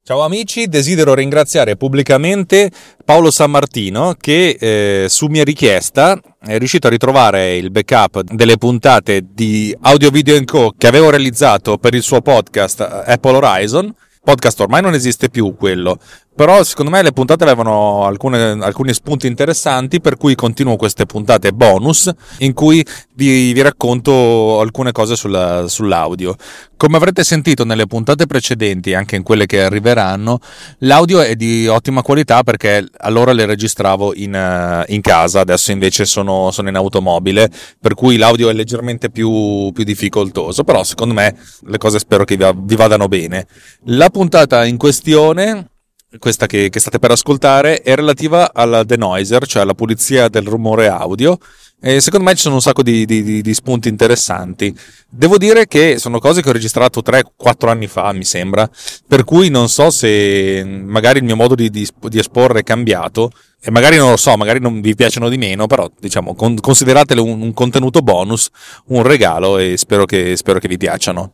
Ciao amici, desidero ringraziare pubblicamente Paolo Sammartino che su mia richiesta è riuscito a ritrovare il backup delle puntate di Audio Video & Co che avevo realizzato per il suo podcast Apple Horizon. Podcast ormai non esiste più quello, però secondo me le puntate avevano alcuni spunti interessanti, per cui continuo queste puntate bonus in cui vi racconto alcune cose sull'audio. Come avrete sentito nelle puntate precedenti, anche in quelle che arriveranno, l'audio è di ottima qualità perché allora le registravo in casa, adesso invece sono in automobile, per cui l'audio è leggermente più difficoltoso, però secondo me le cose spero che vi vadano bene. La puntata in questione, questa che state per ascoltare, è relativa alla denoiser, cioè alla pulizia del rumore audio, e secondo me ci sono un sacco di spunti interessanti. Devo dire che sono cose che ho registrato 3-4 anni fa, mi sembra, per cui non so se magari il mio modo di esporre è cambiato, e magari non lo so, magari non vi piacciono di meno, però diciamo consideratele un contenuto bonus, un regalo, e spero che vi piacciono.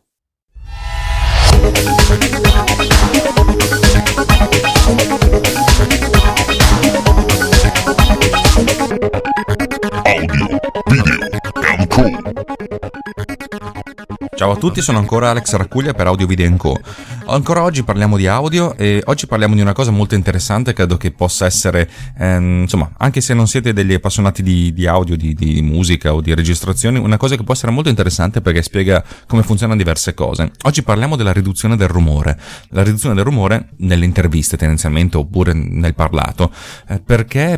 Audio Video & Co. Ciao a tutti, sono ancora Alex Raccuglia per Audio Video & Co. Ancora oggi parliamo di audio, e oggi parliamo di una cosa molto interessante. Credo che possa essere, insomma, anche se non siete degli appassionati di audio, di musica o di registrazioni, una cosa che può essere molto interessante perché spiega come funzionano diverse cose. Oggi parliamo della riduzione del rumore. La riduzione del rumore nelle interviste tendenzialmente, oppure nel parlato. Perché?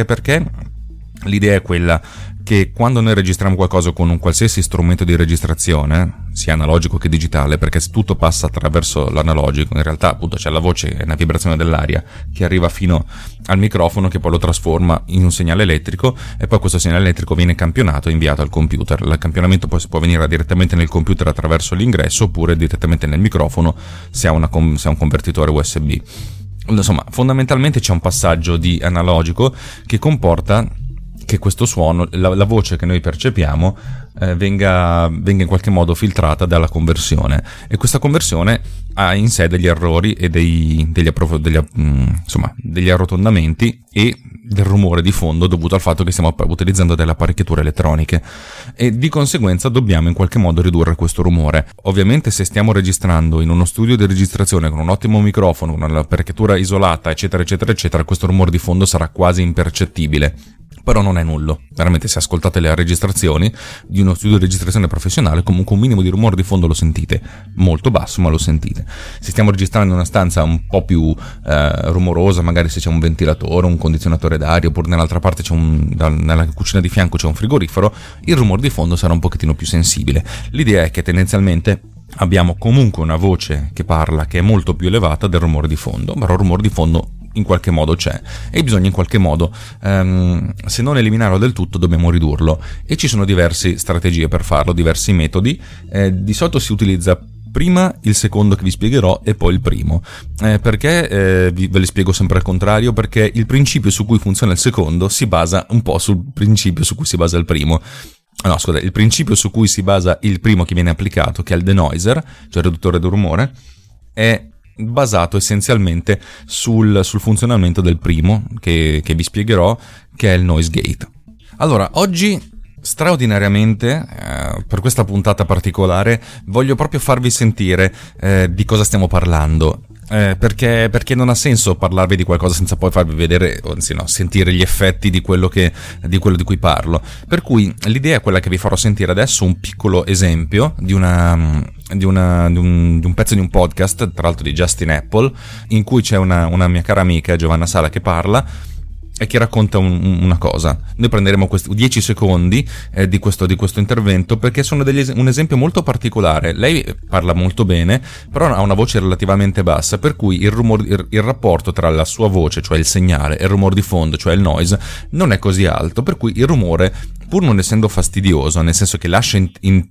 L'idea è quella che quando noi registriamo qualcosa con un qualsiasi strumento di registrazione, sia analogico che digitale, perché tutto passa attraverso l'analogico, in realtà appunto c'è la voce, è una vibrazione dell'aria che arriva fino al microfono, che poi lo trasforma in un segnale elettrico, e poi questo segnale elettrico viene campionato e inviato al computer. Il campionamento poi può venire direttamente nel computer attraverso l'ingresso, oppure direttamente nel microfono se ha un convertitore USB. Insomma, fondamentalmente c'è un passaggio di analogico che comporta che questo suono, la voce che noi percepiamo, venga in qualche modo filtrata dalla conversione, e questa conversione ha in sé degli errori e degli arrotondamenti e del rumore di fondo dovuto al fatto che stiamo utilizzando delle apparecchiature elettroniche, e di conseguenza dobbiamo in qualche modo ridurre questo rumore. Ovviamente se stiamo registrando in uno studio di registrazione con un ottimo microfono, con un'apparecchiatura isolata, eccetera eccetera eccetera, questo rumore di fondo sarà quasi impercettibile. Però non è nullo, veramente. Se ascoltate le registrazioni di uno studio di registrazione professionale, comunque un minimo di rumore di fondo lo sentite, molto basso ma lo sentite. Se stiamo registrando in una stanza un po' più rumorosa, magari se c'è un ventilatore, un condizionatore d'aria, oppure nell'altra parte nella cucina di fianco c'è un frigorifero, il rumore di fondo sarà un pochettino più sensibile. L'idea è che tendenzialmente abbiamo comunque una voce che parla che è molto più elevata del rumore di fondo, però il rumore di fondo in qualche modo c'è, e bisogna in qualche modo, se non eliminarlo del tutto, dobbiamo ridurlo, e ci sono diverse strategie per farlo, diversi metodi. Di solito si utilizza prima il secondo che vi spiegherò e poi il primo, perché ve li spiego sempre al contrario, perché il principio su cui funziona il secondo si basa un po' sul principio su cui si basa il primo. No, scusate, il principio su cui si basa il primo che viene applicato, che è il denoiser, cioè il riduttore del rumore, è basato essenzialmente sul funzionamento del primo che vi spiegherò, che è il noise gate. Allora, oggi straordinariamente, per questa puntata particolare, voglio proprio farvi sentire di cosa stiamo parlando. Perché non ha senso parlarvi di qualcosa senza poi farvi vedere, anzi no, sentire gli effetti di quello di cui parlo. Per cui l'idea è quella che vi farò sentire adesso, un piccolo esempio di un pezzo di un podcast, tra l'altro di Justin Apple, in cui c'è una mia cara amica, Giovanna Sala, che parla e che racconta una cosa. Noi prenderemo questi 10 secondi di questo intervento, perché sono un esempio molto particolare. Lei parla molto bene, però ha una voce relativamente bassa, per cui il rapporto tra la sua voce, cioè il segnale, e il rumore di fondo, cioè il noise, non è così alto, per cui il rumore, pur non essendo fastidioso, nel senso che lascia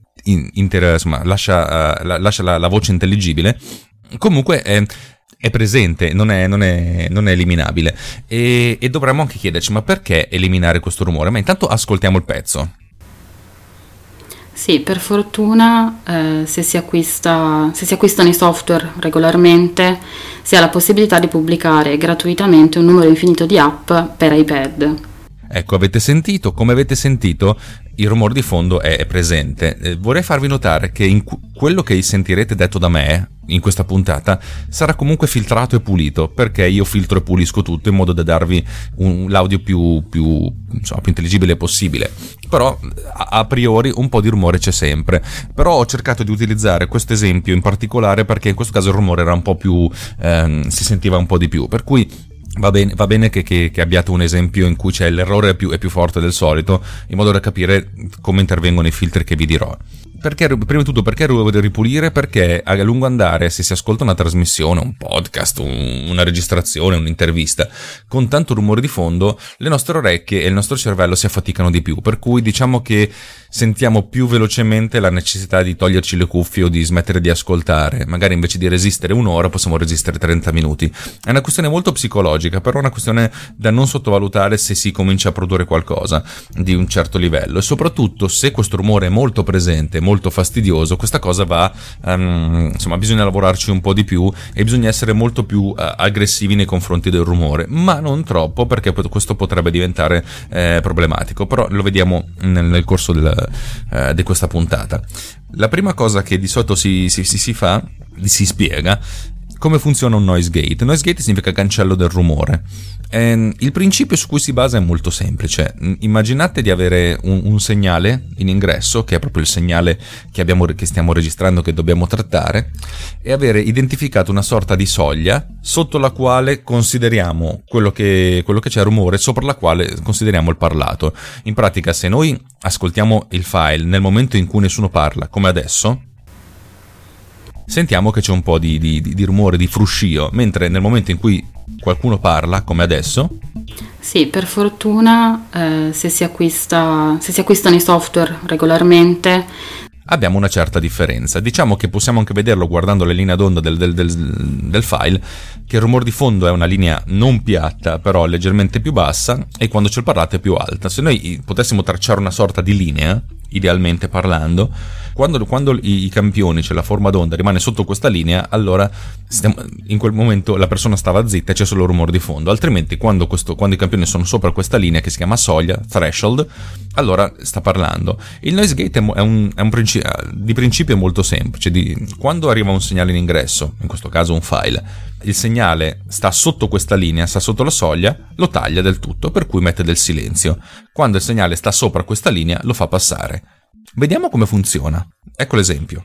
la voce intelligibile, comunque è presente, non è eliminabile, e dovremmo anche chiederci: ma perché eliminare questo rumore? Ma intanto ascoltiamo il pezzo. Sì, per fortuna se si acquistano i software regolarmente si ha la possibilità di pubblicare gratuitamente un numero infinito di app per iPad. Ecco, avete sentito? Come avete sentito, il rumore di fondo è presente. Vorrei farvi notare che quello che sentirete detto da me in questa puntata sarà comunque filtrato e pulito, perché io filtro e pulisco tutto in modo da darvi l'audio più intelligibile possibile. Però a priori un po' di rumore c'è sempre. Però ho cercato di utilizzare questo esempio in particolare perché in questo caso il rumore era un po' più si sentiva un po' di più, per cui va bene che abbiate un esempio in cui l'errore è più forte del solito, in modo da capire come intervengono i filtri che vi dirò. Perché, prima di tutto, perché ripulire? Perché a lungo andare, se si ascolta una trasmissione, un podcast, una registrazione, un'intervista con tanto rumore di fondo, le nostre orecchie e il nostro cervello si affaticano di più, per cui diciamo che sentiamo più velocemente la necessità di toglierci le cuffie o di smettere di ascoltare. Magari invece di resistere un'ora possiamo resistere 30 minuti. È una questione molto psicologica, però è una questione da non sottovalutare se si comincia a produrre qualcosa di un certo livello, e soprattutto se questo rumore è molto presente, molto fastidioso, questa cosa va bisogna lavorarci un po' di più e bisogna essere molto più aggressivi nei confronti del rumore, ma non troppo, perché questo potrebbe diventare problematico. Però lo vediamo nel corso di questa puntata. La prima cosa che di solito si spiega come funziona un noise gate. Noise gate significa cancello del rumore. Il principio su cui si basa è molto semplice. Immaginate di avere un segnale in ingresso, che è proprio il segnale che stiamo registrando, che dobbiamo trattare, e avere identificato una sorta di soglia sotto la quale consideriamo quello che c'è rumore, sopra la quale consideriamo il parlato. In pratica, se noi ascoltiamo il file nel momento in cui nessuno parla, come adesso, sentiamo che c'è un po' di rumore, di fruscio, mentre nel momento in cui qualcuno parla, come adesso... Sì, per fortuna se si acquistano i software regolarmente abbiamo una certa differenza. Diciamo che possiamo anche vederlo guardando le linee d'onda del file, che il rumore di fondo è una linea non piatta, però leggermente più bassa, e quando c'è il parlato è più alta. Se noi potessimo tracciare una sorta di linea, idealmente parlando, quando i campioni, cioè la forma d'onda, rimane sotto questa linea, allora in quel momento la persona stava zitta e c'è solo rumore di fondo. Altrimenti quando i campioni sono sopra questa linea, che si chiama soglia, threshold, allora sta parlando. Il noise gate di principio è molto semplice. Quando arriva un segnale in ingresso, in questo caso un file, il segnale sta sotto questa linea, sta sotto la soglia, lo taglia del tutto, per cui mette del silenzio. Quando il segnale sta sopra questa linea, lo fa passare. Vediamo come funziona. Ecco l'esempio.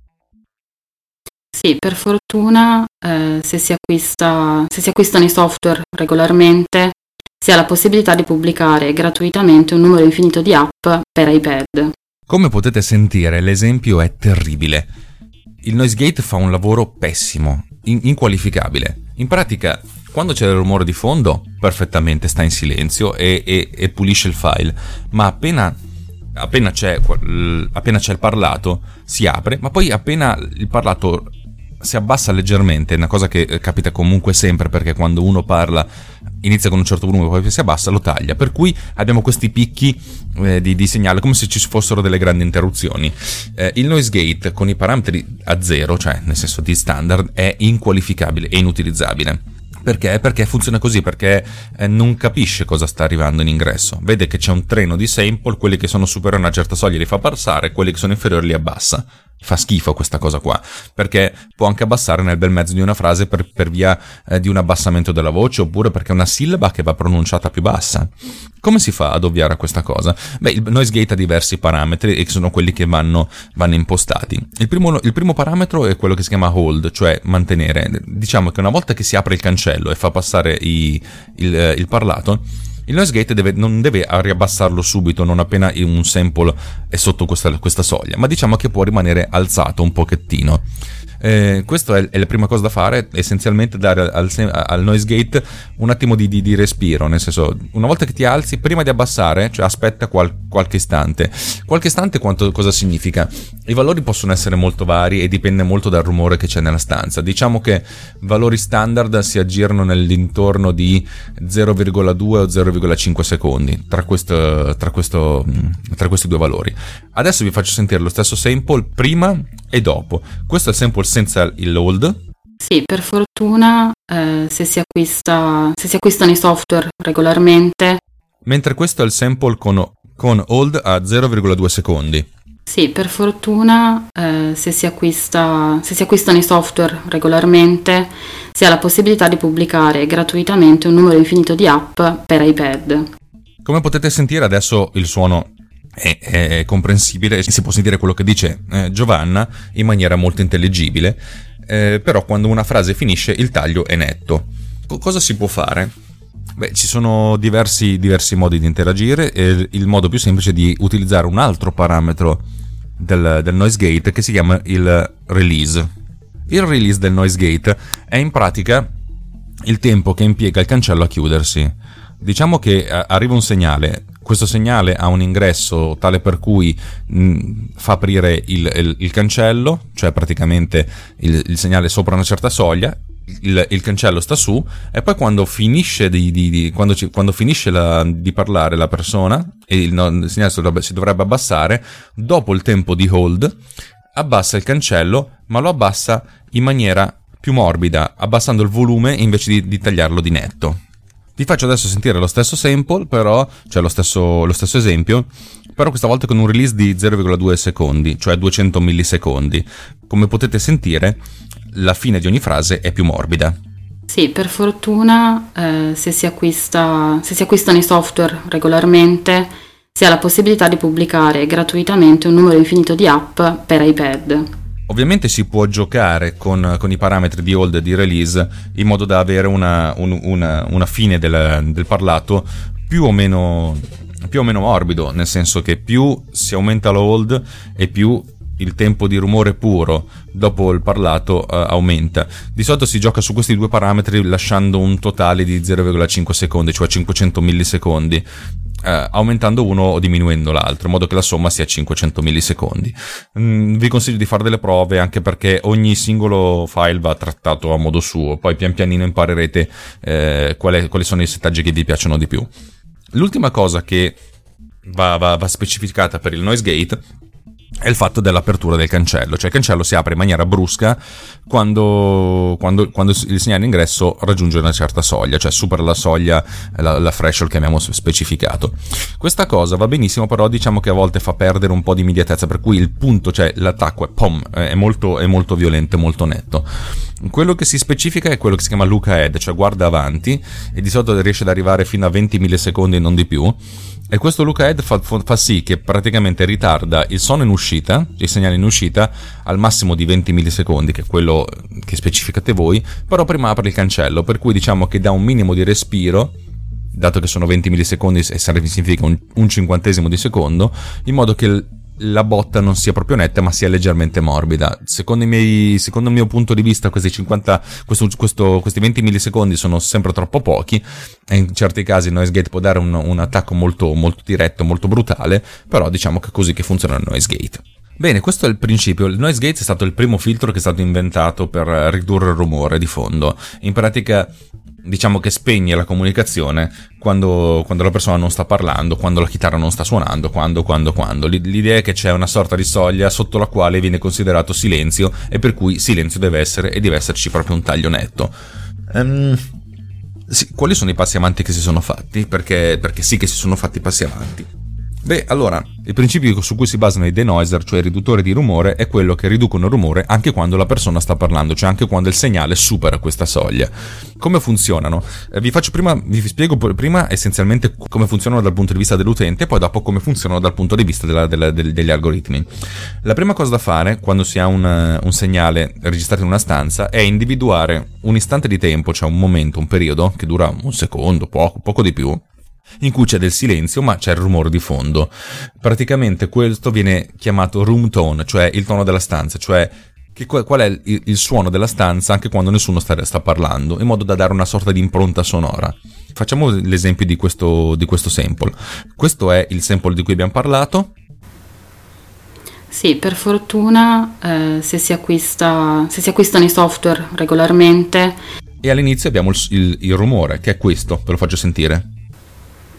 Sì, per fortuna se si acquistano i software regolarmente si ha la possibilità di pubblicare gratuitamente un numero infinito di app per iPad. Come potete sentire, l'esempio è terribile. Il noise gate fa un lavoro pessimo, inqualificabile. In pratica, quando c'è il rumore di fondo, perfettamente sta in silenzio e pulisce il file, ma appena c'è il parlato si apre, ma poi appena il parlato si abbassa leggermente, è una cosa che capita comunque sempre, perché quando uno parla inizia con un certo volume, poi si abbassa, lo taglia, per cui abbiamo questi picchi di segnale, come se ci fossero delle grandi interruzioni. Il noise gate con i parametri a zero, cioè nel senso di standard, è inqualificabile e inutilizzabile. Perché? Perché funziona così, perché non capisce cosa sta arrivando in ingresso. Vede che c'è un treno di sample, quelli che sono superiori a una certa soglia li fa passare, quelli che sono inferiori li abbassa. Fa schifo questa cosa qua, perché può anche abbassare nel bel mezzo di una frase per via di un abbassamento della voce, oppure perché è una sillaba che va pronunciata più bassa. Come si fa ad ovviare a questa cosa? Beh, il noise gate ha diversi parametri e sono quelli che vanno impostati. Il primo parametro è quello che si chiama hold, cioè mantenere. Diciamo che una volta che si apre il cancello e fa passare il parlato, il noise gate non deve riabbassarlo subito, non appena un sample è sotto questa soglia, ma diciamo che può rimanere alzato un pochettino. Questa è la prima cosa da fare, essenzialmente dare al noise gate un attimo di respiro, nel senso, una volta che ti alzi, prima di abbassare, cioè aspetta qualche istante. Cosa significa? I valori possono essere molto vari e dipende molto dal rumore che c'è nella stanza. Diciamo che valori standard si aggirano nell'intorno di 0,2 o 0,5 secondi tra questi due valori. Adesso vi faccio sentire lo stesso sample prima e dopo. Questo è il sample senza il hold. Sì, per fortuna se si acquistano i software regolarmente. Mentre questo è il sample con hold a 0,2 secondi. Sì, per fortuna se si acquistano i software regolarmente si ha la possibilità di pubblicare gratuitamente un numero infinito di app per iPad. Come potete sentire adesso il suono è comprensibile, si può sentire quello che dice Giovanna in maniera molto intelligibile, però quando una frase finisce il taglio è netto. Cosa si può fare? Beh, ci sono diversi modi di interagire e il modo più semplice è di utilizzare un altro parametro del noise gate che si chiama il release. Il release del noise gate è in pratica il tempo che impiega il cancello a chiudersi. Diciamo che arriva un segnale, questo segnale ha un ingresso tale per cui fa aprire il cancello, cioè praticamente il segnale sopra una certa soglia. Il cancello sta su e poi quando finisce quando finisce di parlare la persona e il segnale si dovrebbe abbassare, dopo il tempo di hold abbassa il cancello, ma lo abbassa in maniera più morbida, abbassando il volume invece di tagliarlo di netto. Vi faccio adesso sentire lo stesso sample, però, cioè lo stesso esempio, però questa volta con un release di 0,2 secondi, cioè 200 millisecondi. Come potete sentire, la fine di ogni frase è più morbida. Sì, per fortuna se si acquistano i software regolarmente si ha la possibilità di pubblicare gratuitamente un numero infinito di app per iPad. Ovviamente si può giocare con i parametri di hold e di release in modo da avere una fine del parlato più o meno morbido, nel senso che più si aumenta lo hold e più il tempo di rumore puro dopo il parlato aumenta. Di solito si gioca su questi due parametri lasciando un totale di 0,5 secondi, cioè 500 millisecondi, aumentando uno o diminuendo l'altro, in modo che la somma sia 500 millisecondi. Vi consiglio di fare delle prove, anche perché ogni singolo file va trattato a modo suo, poi pian pianino imparerete quali sono i settaggi che vi piacciono di più. L'ultima cosa che va specificata per il noise gate è il fatto dell'apertura del cancello, cioè il cancello si apre in maniera brusca quando il segnale d'ingresso raggiunge una certa soglia, cioè supera la soglia, la threshold che abbiamo specificato. Questa cosa va benissimo, però diciamo che a volte fa perdere un po' di immediatezza, per cui il punto, cioè l'attacco è molto violento, molto netto. Quello che si specifica è quello che si chiama look ahead, cioè guarda avanti, e di solito riesce ad arrivare fino a 20 millisecondi e non di più. E questo look ahead fa sì che praticamente ritarda il suono in uscita, il segnale in uscita, al massimo di 20 millisecondi, che è quello che specificate voi, però prima apre il cancello, per cui diciamo che dà un minimo di respiro, dato che sono 20 millisecondi e significa un cinquantesimo di secondo, in modo che la botta non sia proprio netta ma sia leggermente morbida. Secondo il mio punto di vista questi 20 millisecondi sono sempre troppo pochi, e in certi casi il noise gate può dare un attacco molto diretto, molto brutale, però diciamo che è così che funziona il noise gate. Bene, questo è il principio. Il noise gate è stato il primo filtro che è stato inventato per ridurre il rumore di fondo. In pratica diciamo che spegne la comunicazione quando la persona non sta parlando, quando la chitarra non sta suonando, quando. L'idea è che c'è una sorta di soglia sotto la quale viene considerato silenzio, e per cui silenzio deve essere, e deve esserci proprio un taglio netto. Sì, quali sono i passi avanti che si sono fatti? Perché sì che si sono fatti passi avanti. Beh, allora, il principio su cui si basano i denoiser, cioè i riduttori di rumore, è quello che riducono il rumore anche quando la persona sta parlando, cioè anche quando il segnale supera questa soglia. Come funzionano? Vi spiego prima essenzialmente come funzionano dal punto di vista dell'utente, e poi dopo come funzionano dal punto di vista degli algoritmi. La prima cosa da fare quando si ha un segnale registrato in una stanza è individuare un istante di tempo, cioè un momento, un periodo che dura un secondo, poco di più, in cui c'è del silenzio ma c'è il rumore di fondo. Praticamente questo viene chiamato room tone, cioè il tono della stanza, cioè qual è il suono della stanza anche quando nessuno sta parlando, in modo da dare una sorta di impronta sonora. Facciamo l'esempio di questo sample. Questo è il sample di cui abbiamo parlato. Sì, per fortuna se si acquistano i software regolarmente. E all'inizio abbiamo il rumore, che è questo, ve lo faccio sentire.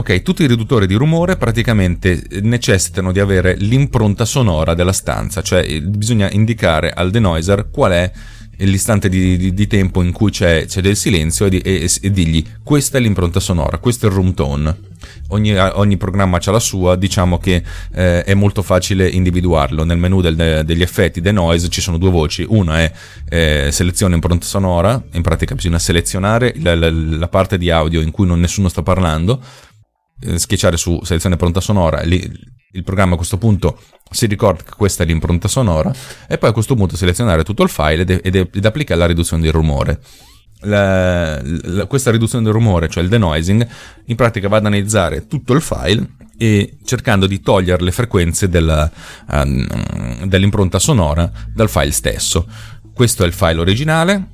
Ok, tutti i riduttori di rumore praticamente necessitano di avere l'impronta sonora della stanza, cioè bisogna indicare al denoiser qual è l'istante di tempo in cui c'è del silenzio e dirgli: questa è l'impronta sonora, questo è il room tone. Ogni programma c'ha la sua, diciamo che è molto facile individuarlo. Nel menu degli effetti denoise ci sono due voci: una è selezione impronta sonora, in pratica bisogna selezionare la parte di audio in cui nessuno sta parlando, schiacciare su selezione impronta sonora, il programma a questo punto si ricorda che questa è l'impronta sonora, e poi a questo punto selezionare tutto il file ed applicare la riduzione del rumore. Questa riduzione del rumore, cioè il denoising, in pratica va ad analizzare tutto il file e cercando di togliere le frequenze dell'impronta sonora dal file stesso. Questo è il file originale.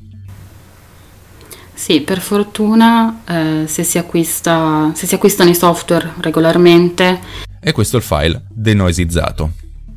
Sì, per fortuna se si acquistano i software regolarmente. E questo è il file denoisizzato.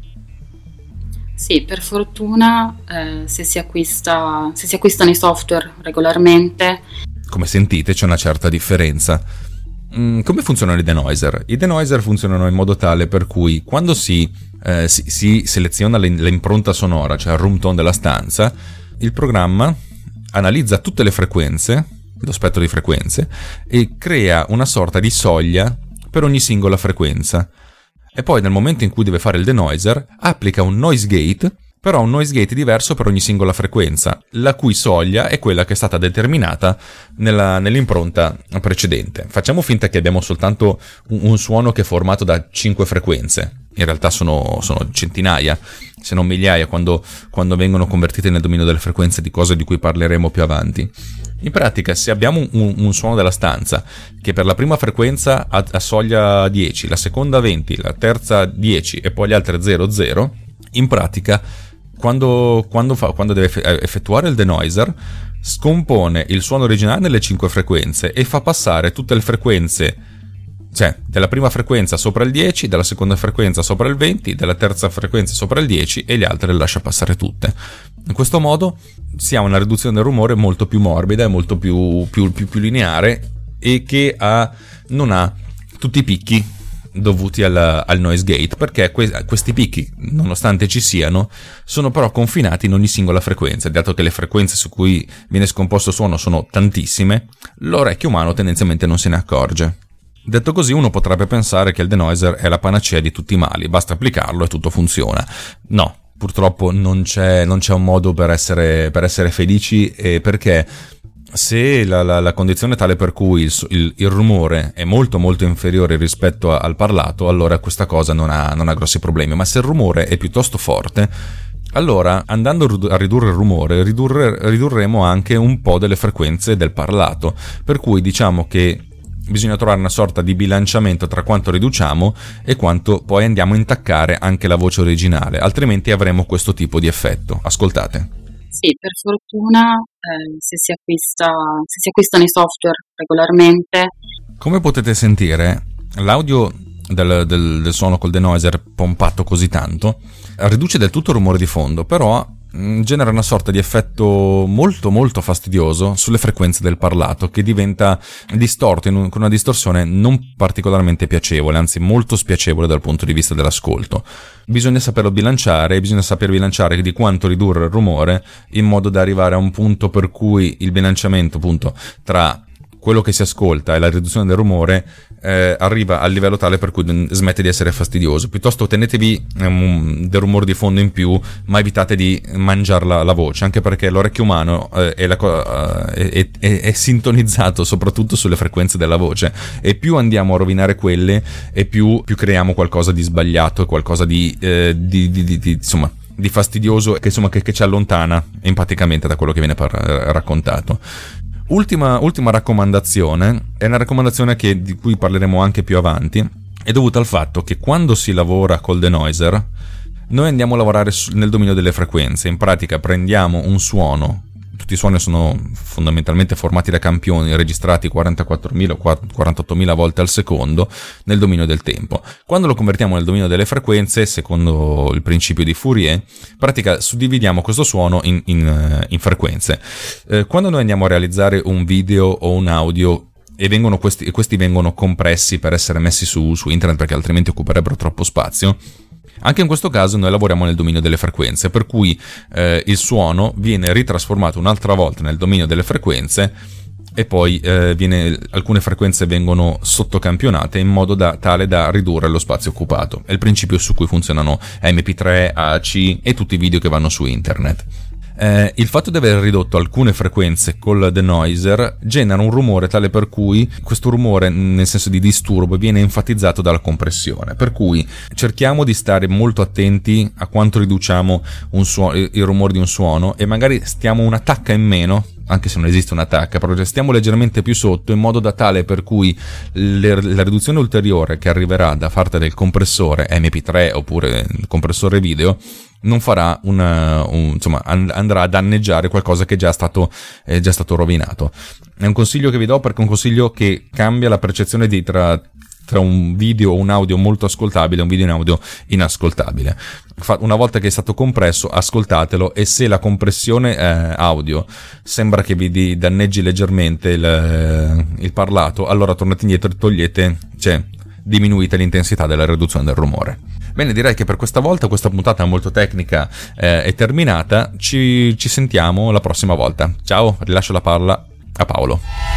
Sì, per fortuna se si acquistano i software regolarmente. Come sentite c'è una certa differenza. Come funzionano i denoiser? I denoiser funzionano in modo tale per cui quando si seleziona l'impronta sonora, cioè il room tone della stanza, il programma analizza tutte le frequenze, lo spettro di frequenze, e crea una sorta di soglia per ogni singola frequenza. E poi nel momento in cui deve fare il denoiser applica un noise gate, però un noise gate diverso per ogni singola frequenza, la cui soglia è quella che è stata determinata nell'impronta precedente. Facciamo finta che abbiamo soltanto un suono che è formato da 5 frequenze. In realtà sono centinaia, se non migliaia, quando vengono convertite nel dominio delle frequenze, di cose di cui parleremo più avanti. In pratica, se abbiamo un suono della stanza che per la prima frequenza ha soglia 10, la seconda 20, la terza 10 e poi le altre 0,0, in pratica quando deve effettuare il denoiser scompone il suono originale nelle 5 frequenze e fa passare tutte le frequenze, cioè della prima frequenza sopra il 10, della seconda frequenza sopra il 20, della terza frequenza sopra il 10 e le altre le lascia passare tutte. In questo modo si ha una riduzione del rumore molto più morbida e molto più lineare, e che non ha tutti i picchi dovuti al noise gate, perché questi picchi, nonostante ci siano, sono però confinati in ogni singola frequenza. Dato che le frequenze su cui viene scomposto il suono sono tantissime, l'orecchio umano tendenzialmente non se ne accorge. Detto così, uno potrebbe pensare che il denoiser è la panacea di tutti i mali, basta applicarlo e tutto funziona. No, purtroppo non c'è un modo per essere felici, perché se la condizione è tale per cui il rumore è molto molto inferiore rispetto al parlato, allora questa cosa non ha grossi problemi. Ma se il rumore è piuttosto forte, allora andando a ridurre il rumore ridurremo anche un po' delle frequenze del parlato, per cui diciamo che bisogna trovare una sorta di bilanciamento tra quanto riduciamo e quanto poi andiamo a intaccare anche la voce originale, altrimenti avremo questo tipo di effetto. Ascoltate. Sì, per fortuna se si acquistano i software regolarmente. Come potete sentire, l'audio del suono col denoiser pompato così tanto riduce del tutto il rumore di fondo, però genera una sorta di effetto molto molto fastidioso sulle frequenze del parlato, che diventa distorto con una distorsione non particolarmente piacevole, anzi molto spiacevole dal punto di vista dell'ascolto. Bisogna saperlo bilanciare, e bisogna saper bilanciare di quanto ridurre il rumore, in modo da arrivare a un punto per cui il bilanciamento appunto tra quello che si ascolta e la riduzione del rumore arriva al livello tale per cui smette di essere fastidioso. Piuttosto tenetevi del rumore di fondo in più, ma evitate di mangiare la voce, anche perché l'orecchio umano è sintonizzato soprattutto sulle frequenze della voce, e più andiamo a rovinare quelle e più creiamo qualcosa di sbagliato, qualcosa di fastidioso, che ci allontana empaticamente da quello che viene raccontato. Ultima raccomandazione, è una raccomandazione di cui parleremo anche più avanti, è dovuta al fatto che quando si lavora col denoiser noi andiamo a lavorare nel dominio delle frequenze. In pratica prendiamo un suono, tutti i suoni sono fondamentalmente formati da campioni registrati 44.000 o 48.000 volte al secondo nel dominio del tempo. Quando lo convertiamo nel dominio delle frequenze, secondo il principio di Fourier, in pratica suddividiamo questo suono in frequenze. Quando noi andiamo a realizzare un video o un audio e questi vengono compressi per essere messi su internet, perché altrimenti occuperebbero troppo spazio. Anche in questo caso noi lavoriamo nel dominio delle frequenze, per cui il suono viene ritrasformato un'altra volta nel dominio delle frequenze e poi alcune frequenze vengono sottocampionate in modo tale da ridurre lo spazio occupato. È il principio su cui funzionano MP3, AAC e tutti i video che vanno su internet. Il fatto di aver ridotto alcune frequenze col denoiser genera un rumore tale per cui questo rumore, nel senso di disturbo, viene enfatizzato dalla compressione, per cui cerchiamo di stare molto attenti a quanto riduciamo il rumore di un suono, e magari stiamo una tacca in meno, anche se non esiste una tacca, però stiamo leggermente più sotto, in modo da tale per cui la riduzione ulteriore che arriverà da parte del compressore MP3 oppure il compressore video non farà insomma, andrà a danneggiare qualcosa che è già stato rovinato. È un consiglio che vi do, perché è un consiglio che cambia la percezione tra un video o un audio molto ascoltabile e un video e un audio inascoltabile. Una volta che è stato compresso, ascoltatelo, e se la compressione audio sembra che vi danneggi leggermente il parlato, allora tornate indietro e diminuite l'intensità della riduzione del rumore. Bene, direi che per questa volta questa puntata molto tecnica è terminata. Ci sentiamo la prossima volta. Ciao, rilascio la palla a Paolo.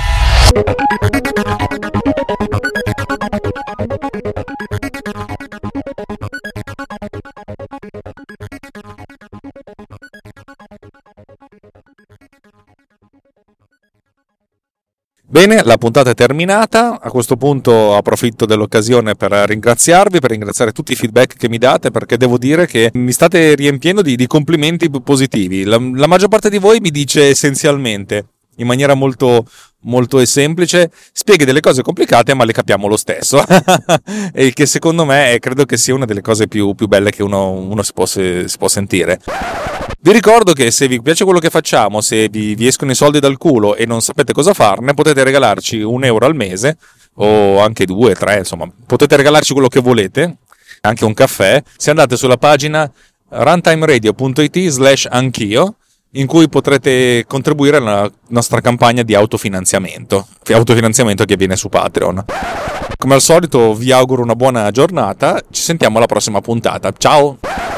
Bene, la puntata è terminata. A questo punto approfitto dell'occasione per ringraziarvi, per ringraziare tutti i feedback che mi date, perché devo dire che mi state riempiendo di complimenti positivi. La maggior parte di voi mi dice essenzialmente, in maniera molto, molto semplice, spieghi delle cose complicate ma le capiamo lo stesso. E che secondo me credo che sia una delle cose più belle che uno si può sentire. Vi ricordo che se vi piace quello che facciamo, se vi escono i soldi dal culo e non sapete cosa farne, potete regalarci €1 al mese, o anche 2, 3, insomma, potete regalarci quello che volete, anche un caffè, se andate sulla pagina runtimeradio.it/anch'io, in cui potrete contribuire alla nostra campagna di autofinanziamento che avviene su Patreon. Come al solito vi auguro una buona giornata, ci sentiamo alla prossima puntata, ciao!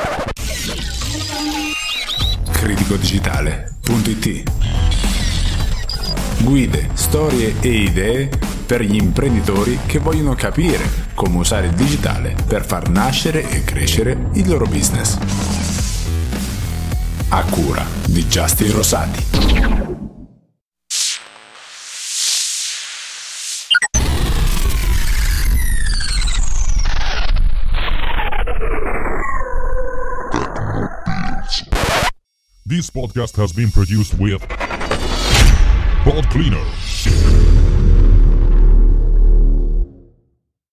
Criticodigitale.it. Guide, storie e idee per gli imprenditori che vogliono capire come usare il digitale per far nascere e crescere il loro business. A cura di Justin Rosati. This podcast has been produced with Pod Cleaner.